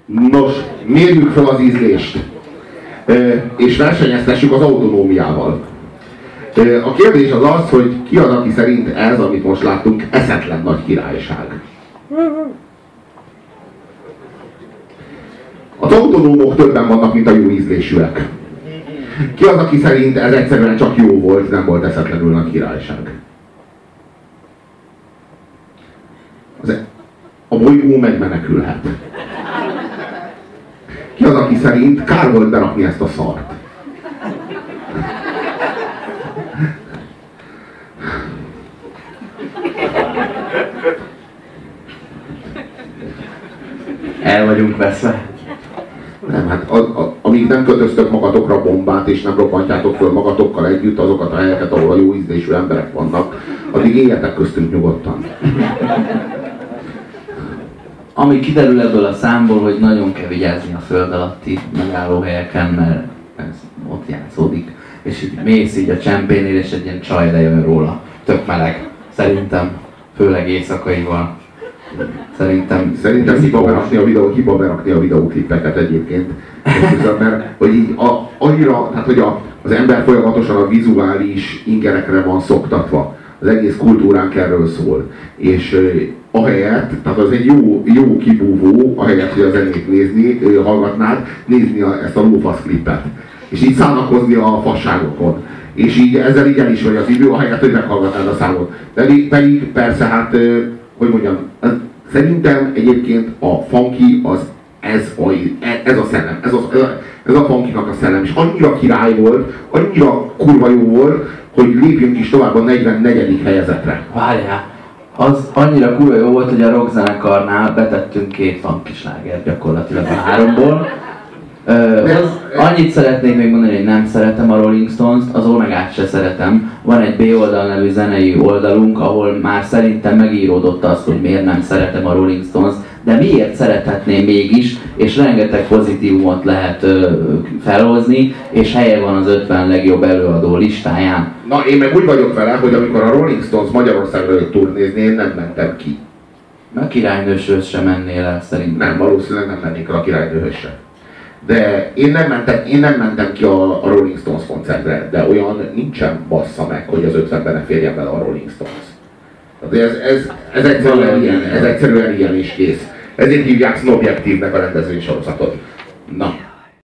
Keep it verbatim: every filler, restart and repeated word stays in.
Nos, mérjük fel az ízlést, és versenyeztessük az autonómiával. A kérdés az az, hogy ki az, aki szerint ez, amit most láttunk, eszetlen nagy királyság. Az autonómok többen vannak, mint a jó ízlésűek. Ki az, aki szerint ez egyszerűen csak jó volt, nem volt eszetlenül nagy királyság? Az, a bolygó megmenekülhet. Ki az, aki szerint kár volt berakni ezt a szart? El vagyunk veszve. Nem, hát a, a, amíg nem kötöztök magatokra bombát, és nem robbantjátok föl magatokkal együtt azokat a helyeket, ahol a jó ízlésű emberek vannak, addig éljetek köztünk nyugodtan. Ami kiderül ebből a számból, hogy nagyon kell vigyázni a föld alatti megállóhelyeken, mert ez ott játszódik. És így mész így a csempénél, és egy ilyen csaj lejön róla. Tök meleg. Szerintem. Főleg éjszakaival. Szerintem... Szerintem hiba berakni a videó, hiba berakni a videóklippeket egyébként. Mert hogy így a, annyira, tehát hogy a, az ember folyamatosan a vizuális ingerekre van szoktatva. Az egész kultúránk erről szól. És ahelyett, tehát az egy jó, jó kibúvó, ahelyett, hogy a zenét nézni, hallgatnád, nézni a, ezt a lófasz klippet. És így szánakozni a fasságokon. És így ezzel így el is vagy az idő, ahelyett, hogy meghallgatnád a számot. Pedig, pedig persze, hát, hogy mondjam, szerintem egyébként a funky az ez a, ez a szellem, ez a, ez a funkynak a szellem. És annyira király volt, annyira kurva jó volt, hogy lépjünk is tovább a negyvennegyedik helyezetre. Várjál! Az annyira kurva jó volt, hogy a rockzenekarnál betettünk két funky slágert gyakorlatilag a háromból. Ö, az, annyit szeretnék még mondani, hogy nem szeretem a Rolling Stones-t, az Omegát se szeretem. Van egy B oldal nevű zenei oldalunk, ahol már szerintem megíródott az, hogy miért nem szeretem a Rolling Stones-t, de miért szerethetném mégis, és rengeteg pozitívumot lehet ö, felhozni, és helye van az ötven legjobb előadó listáján. Na, én meg úgy vagyok vele, hogy amikor a Rolling Stones Magyarországra jött turnézni, én nem mentem ki. A királynőshöz sem mennél el szerintem. Nem, valószínűleg nem mennék el a királynőhöz sem. De én nem mentem, én nem mentem ki a, a Rolling Stones koncertre, de olyan nincsen bassza meg, hogy az ötvenben ne férjen bele a Rolling Stones. Tehát ez, ez, ez, egyszerűen ilyen, ez egyszerűen ilyen is kész. Ezért hívják Snobjektívnek a rendezvénysorozatot. Na.